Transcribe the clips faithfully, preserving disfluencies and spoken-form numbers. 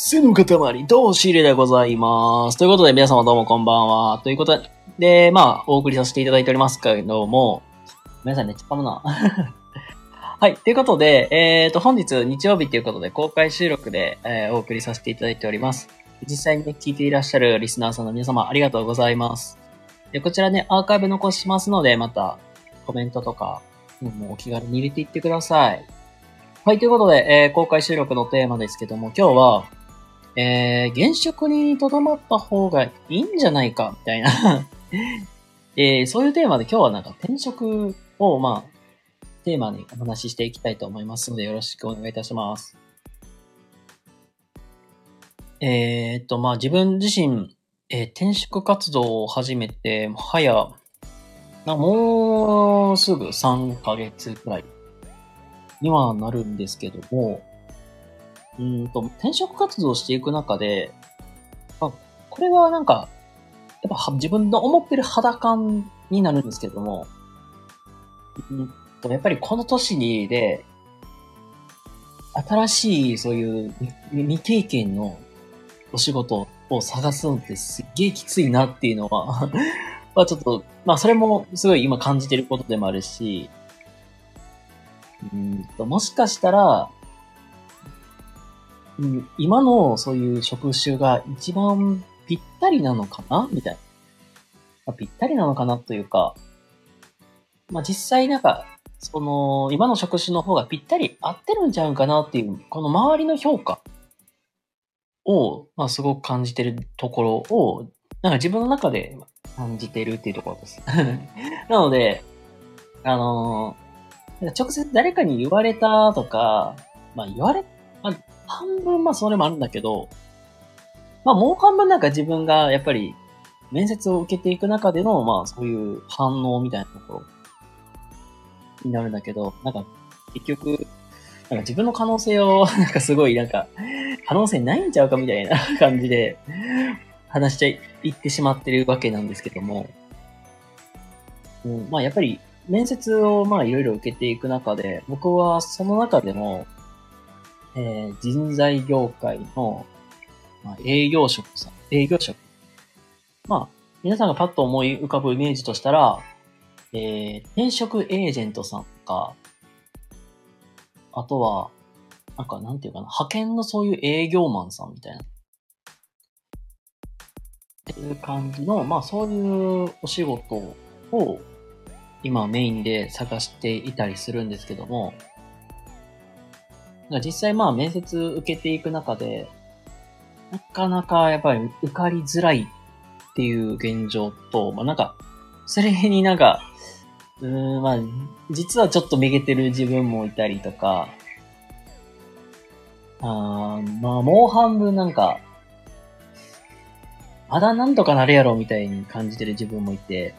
背の塊、どうし入れでございます。ということで、皆様どうもこんばんは。ということで、まあ、お送りさせていただいておりますけども、皆さんめっちゃ噛むな。はい。ということで、えっと、本日日曜日ということで、公開収録で、えー、お送りさせていただいております。実際にね、聞いていらっしゃるリスナーさんの皆様、ありがとうございます。でこちらね、アーカイブ残しますので、また、コメントとか、もうお気軽に入れていってください。はい。ということで、えー、公開収録のテーマですけども、今日は、えー、現職に留まった方がいいんじゃないか、みたいな、えー。そういうテーマで今日はなんか転職を、まあ、テーマにお話ししていきたいと思いますので、よろしくお願いいたします。えー、っと、まあ、自分自身、えー、転職活動を始めて、早、なもうすぐさんかげつくらいにはなるんですけども、うんと、転職活動していく中で、まあ、これはなんか、やっぱ自分の思ってる肌感になるんですけども、うんと、やっぱりこの年にで、新しいそういう未経験のお仕事を探すのってすっげえきついなっていうのは、まあちょっと、まあそれもすごい今感じてることでもあるし、うんと、もしかしたら、うん、今のそういう職種が一番ぴったりなのかなみたいな。まあ、ぴったりなのかなというか、まあ実際なんか、その、今の職種の方がぴったり合ってるんちゃうんかなっていう、この周りの評価を、まあすごく感じてるところを、なんか自分の中で感じてるっていうところです。なので、あのー、直接誰かに言われたとか、まあ言われ、まあ半分まあそれもあるんだけど、まあもう半分なんか自分がやっぱり面接を受けていく中での、まあそういう反応みたいなところになるんだけど、なんか結局、なんか自分の可能性を、なんかすごいなんか、可能性ないんちゃうかみたいな感じで話しちゃい、言ってしまってるわけなんですけども、うん、まあやっぱり面接をまあいろいろ受けていく中で、僕はその中でも、えー、人材業界の、まあ、営業職さん、営業職。まあ、皆さんがパッと思い浮かぶイメージとしたら、えー、転職エージェントさんとか、あとは、なんかなんていうかな、派遣のそういう営業マンさんみたいな。っていう感じの、まあそういうお仕事を今メインで探していたりするんですけども、実際まあ面接受けていく中で、なかなかやっぱり受かりづらいっていう現状と、まあなんか、それになんか、うーん、まあ、実はちょっとめげてる自分もいたりとか、あーまあもう半分なんか、まだなんとかなるやろみたいに感じてる自分もいて、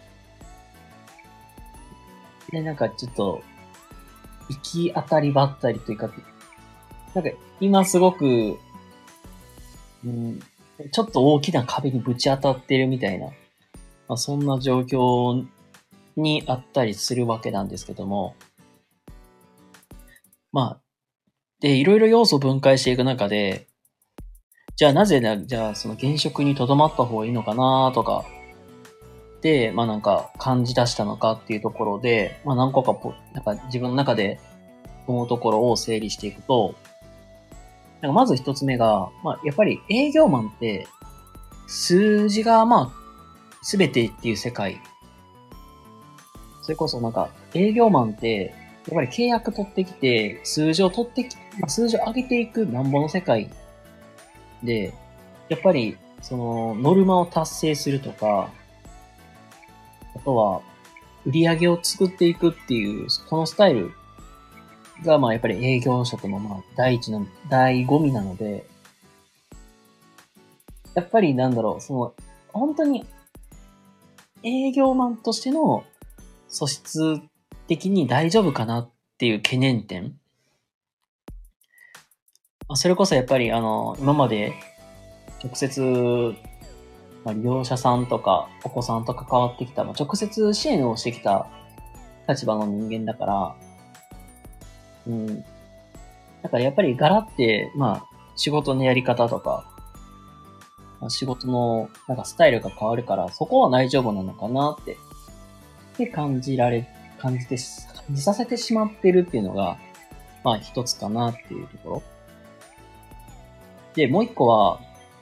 で、なんかちょっと、行き当たりばったりというか、なんか今すごく、うん、ちょっと大きな壁にぶち当たってるみたいな、まあ、そんな状況にあったりするわけなんですけども、まあ、で、いろいろ要素を分解していく中で、じゃあなぜな、じゃあその現職に留まった方がいいのかなとか、で、まあなんか感じ出したのかっていうところで、まあ何個かぽ、なんか自分の中で思うところを整理していくと、なんかまず一つ目が、まあやっぱり営業マンって数字がまあ全てっていう世界。それこそなんか営業マンってやっぱり契約取ってきて数字を取ってき、まあ、数字を上げていくなんぼの世界で、やっぱりそのノルマを達成するとか、あとは売り上げを作っていくっていうこのスタイルがまあやっぱり営業職のまあ第一の醍醐味なので、やっぱりなんだろう、その本当に営業マンとしての素質的に大丈夫かなっていう懸念点。それこそやっぱりあの、今まで直接、まあ、利用者さんとかお子さんと関わってきた、まあ、直接支援をしてきた立場の人間だから、うん。だからやっぱり柄って、まあ、 仕事のやり方とか、仕事のなんかスタイルが変わるから、そこは大丈夫なのかなって、って感じられ、感じて、感じさせてしまってるっていうのが、まあ一つかなっていうところ。で、もう一個は、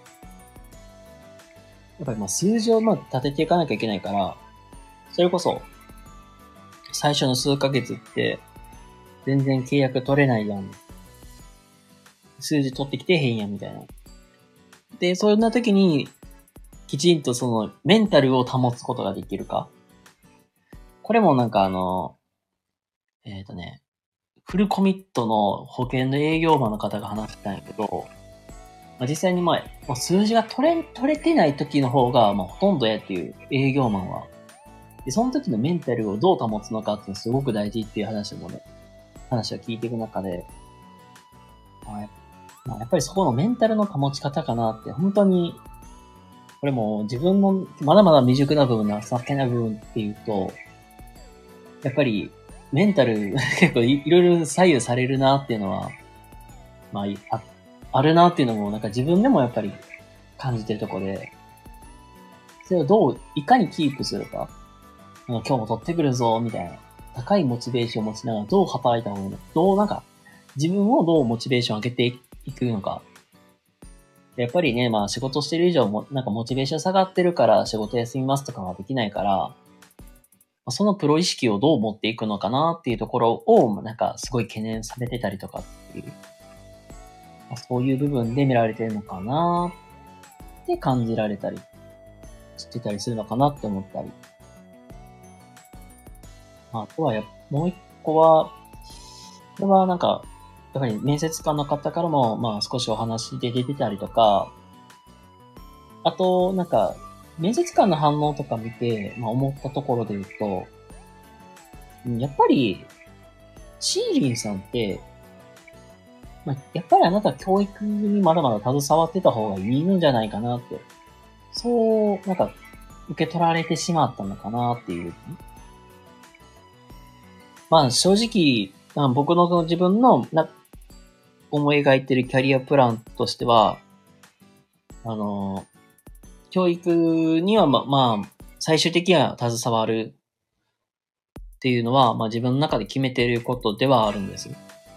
やっぱりまあ数字をまあ立てていかなきゃいけないから、それこそ、最初の数ヶ月って、全然契約取れないやん。数字取ってきてへんやんみたいな。で、そんな時に、きちんとそのメンタルを保つことができるか。これもなんかあの、えっとね、フルコミットの保険の営業マンの方が話してたんやけど、まあ、実際にまあ、数字が取れ、取れてない時の方が、まあ、ほとんどやっていう営業マンは。で、その時のメンタルをどう保つのかっていうのすごく大事っていう話もね、話を聞いていく中で、まあまあ、やっぱりそこのメンタルの保ち方かなって、本当に、これも自分のまだまだ未熟な部分、情けない部分っていうと、やっぱりメンタル結構 い, いろいろ左右されるなっていうのは、まあ、ああるなっていうのもなんか自分でもやっぱり感じてるところで、それをどう、いかにキープするか。今日も取ってくるぞ、みたいな。高いモチベーションを持ちながらどう働いた方がいいのか。どうなんか、自分をどうモチベーションを上げていくのか。やっぱりね、まあ仕事してる以上も、なんかモチベーション下がってるから仕事休みますとかはできないから、そのプロ意識をどう持っていくのかなっていうところを、なんかすごい懸念されてたりとかっていう。そういう部分で見られてるのかなって感じられたりしてたりするのかなって思ったり。あとはや、もう一個は、これはなんか、やっぱり面接官の方からも、まあ少しお話で出てたりとか、あと、なんか、面接官の反応とか見て、まあ思ったところで言うと、やっぱり、シーリンさんって、まあ、やっぱりあなた教育にまだまだ携わってた方がいいんじゃないかなって、そう、なんか、受け取られてしまったのかなっていう。まあ正直、僕の自分のな思い描いてるキャリアプランとしては、あの、教育にはま、まあ、最終的には携わるっていうのは、まあ自分の中で決めていることではあるんです。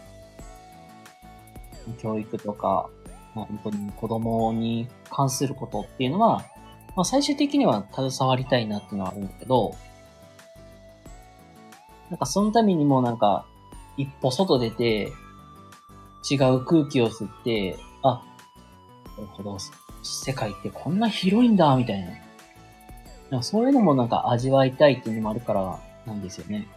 教育とか、まあ本当に子供に関することっていうのは、まあ最終的には携わりたいなっていうのはあるんだけど、なんかそのためにもなんか、一歩外出て、違う空気を吸って、あ、なるほど、世界ってこんな広いんだ、みたいな。なんかそういうのもなんか味わいたいっていうのもあるからなんですよね。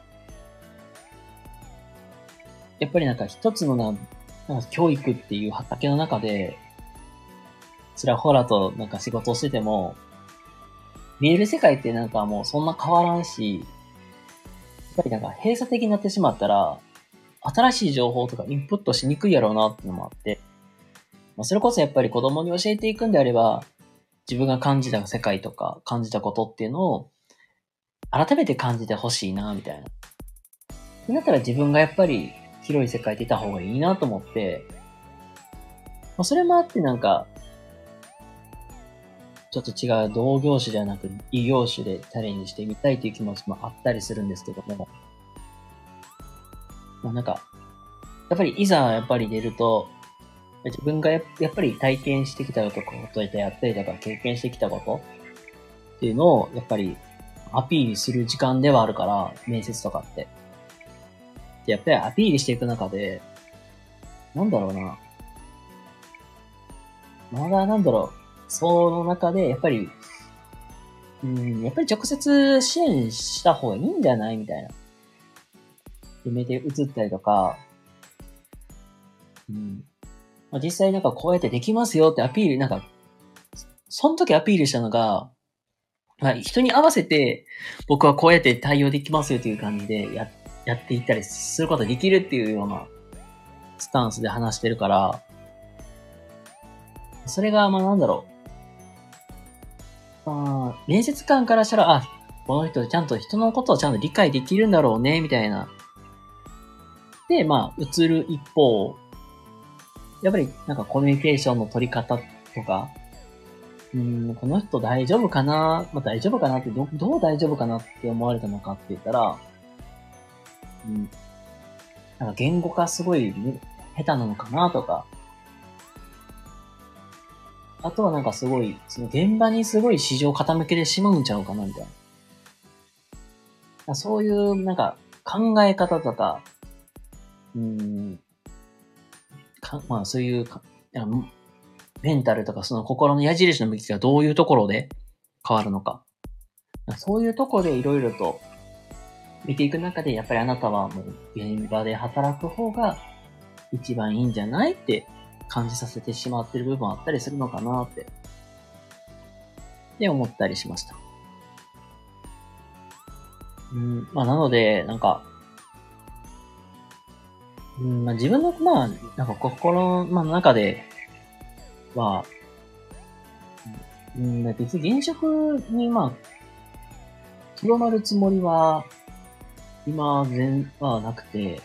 やっぱりなんか一つのな、なんか教育っていう畑の中で、ちらほらとなんか仕事をしてても、見える世界ってなんかもうそんな変わらんし、やっぱりなんか閉鎖的になってしまったら、新しい情報とかインプットしにくいやろうなっていうのもあって、まあ、それこそやっぱり子供に教えていくんであれば、自分が感じた世界とか感じたことっていうのを改めて感じてほしいな、みたいな。だったら自分がやっぱり広い世界でいた方がいいなと思って、まあ、それもあってなんか、ちょっと違う同業種じゃなく異業種でチャレンジしてみたいという気持ちもあったりするんですけども、まあ、なんか、やっぱりいざやっぱり出ると、自分がやっぱり体験してきたこととやったりとか経験してきたことっていうのをやっぱりアピールする時間ではあるから、面接とかって。で、やっぱりアピールしていく中で、なんだろうな。まだなんだろう。その中で、やっぱり、うん、やっぱり直接支援した方がいいんじゃないみたいな。夢で映ったりとか、うん。まあ、実際なんかこうやってできますよってアピール、なんか、その時アピールしたのが、まあ、人に合わせて僕はこうやって対応できますよという感じでや、やっていったりすることができるっていうようなスタンスで話してるから、それがまあなんだろう。まあ、面接官からしたら、あ、この人ちゃんと人のことをちゃんと理解できるんだろうね、みたいな。で、まあ、映る一方、 やっぱりなんかコミュニケーションの取り方とか、うーん、この人大丈夫かな、まあ、大丈夫かなってど、どう大丈夫かなって思われたのかって言ったら、うん、なんか言語化すごい下手なのかなとか、あとはなんかすごい、その現場にすごい市場傾けてしまうんちゃうかなみたいな。そういうなんか考え方とか、うーん、かまあそういうか、メンタルとかその心の矢印の向きがどういうところで変わるのか。そういうところでいろいろと見ていく中で、やっぱりあなたはもう現場で働く方が一番いいんじゃないって感じさせてしまってる部分あったりするのかなって、で思ったりしました。うん、まあなので、なんか、うん、まあ自分の、まあ、なんか心の中では、うん、別に現職にまあ、とどまるつもりは、今、全はなくて、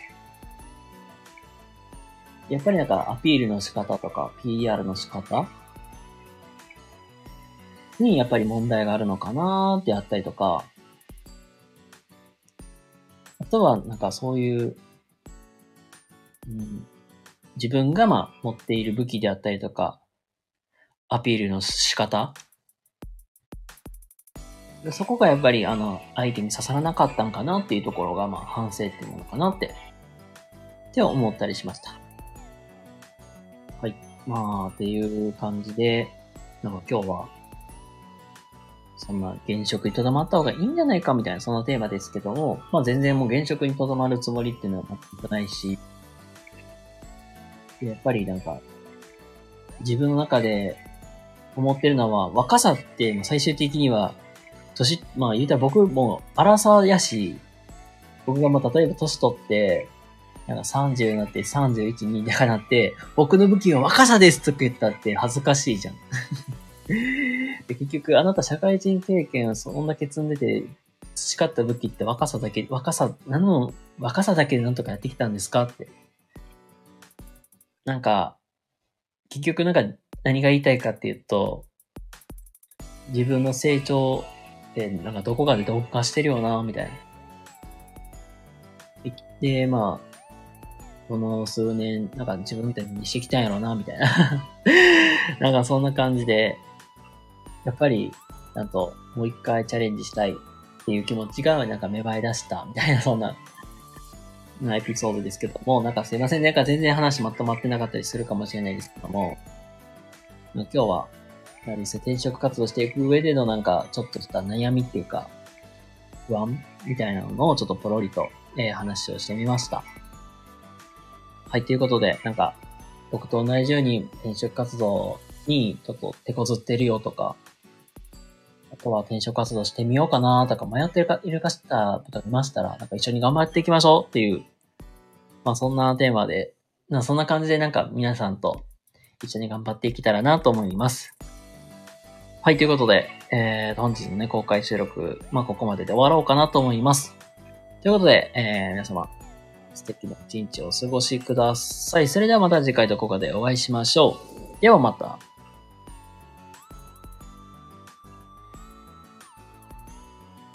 やっぱりなんかアピールの仕方とか ピーアール の仕方にやっぱり問題があるのかなーってあったりとか、あとはなんかそういう、うん、自分がまあ持っている武器であったりとか、アピールの仕方、そこがやっぱりあの相手に刺さらなかったんかなっていうところがまあ反省っていうものかなって、って思ったりしました。はい。まあ、っていう感じで、なんか今日は、そんな現職にとどまった方がいいんじゃないかみたいなそのテーマですけども、まあ全然もう現職にとどまるつもりっていうのは全くないし、やっぱりなんか、自分の中で思ってるのは、若さって最終的には、年、まあ言うたら僕もアラサーやし、僕がまあ例えば年取って、なんかさんじゅうになってさんじゅういち、にだからなって、僕の武器は若さですとか言ったって恥ずかしいじゃん。で結局、あなた社会人経験をそんだけ積んでて、培った武器って若さだけ、若さ、何の、若さだけでなんとかやってきたんですかって。なんか、結局なんか何が言いたいかっていうと、自分の成長ってなんかどこかで同化してるよな、みたいな。で、まあ、この数年、なんか自分みたいにしてきたんやろうな、みたいな。なんかそんな感じで、やっぱり、なんと、もう一回チャレンジしたいっていう気持ちが、なんか芽生え出した、みたいな、そんな、エピソードですけども、なんかすいませんね、なんか全然話まとまってなかったりするかもしれないですけども、今日は、やはり転職活動していく上でのなんか、ちょっとした悩みっていうか、不安みたいなのをちょっとポロリと、えー、話をしてみました。はい、ということで、なんか、僕と同じように転職活動にちょっと手こずってるよとか、あとは転職活動してみようかなとか迷ってるか、いる方とかいましたら、なんか一緒に頑張っていきましょうっていう、まあそんなテーマで、なそんな感じでなんか皆さんと一緒に頑張っていけたらなと思います。はい、ということで、えー、本日のね、公開収録、まあここまでで終わろうかなと思います。ということで、えー、皆様、素敵な一日をお過ごしください。それではまた次回どこかでお会いしましょう。ではまた。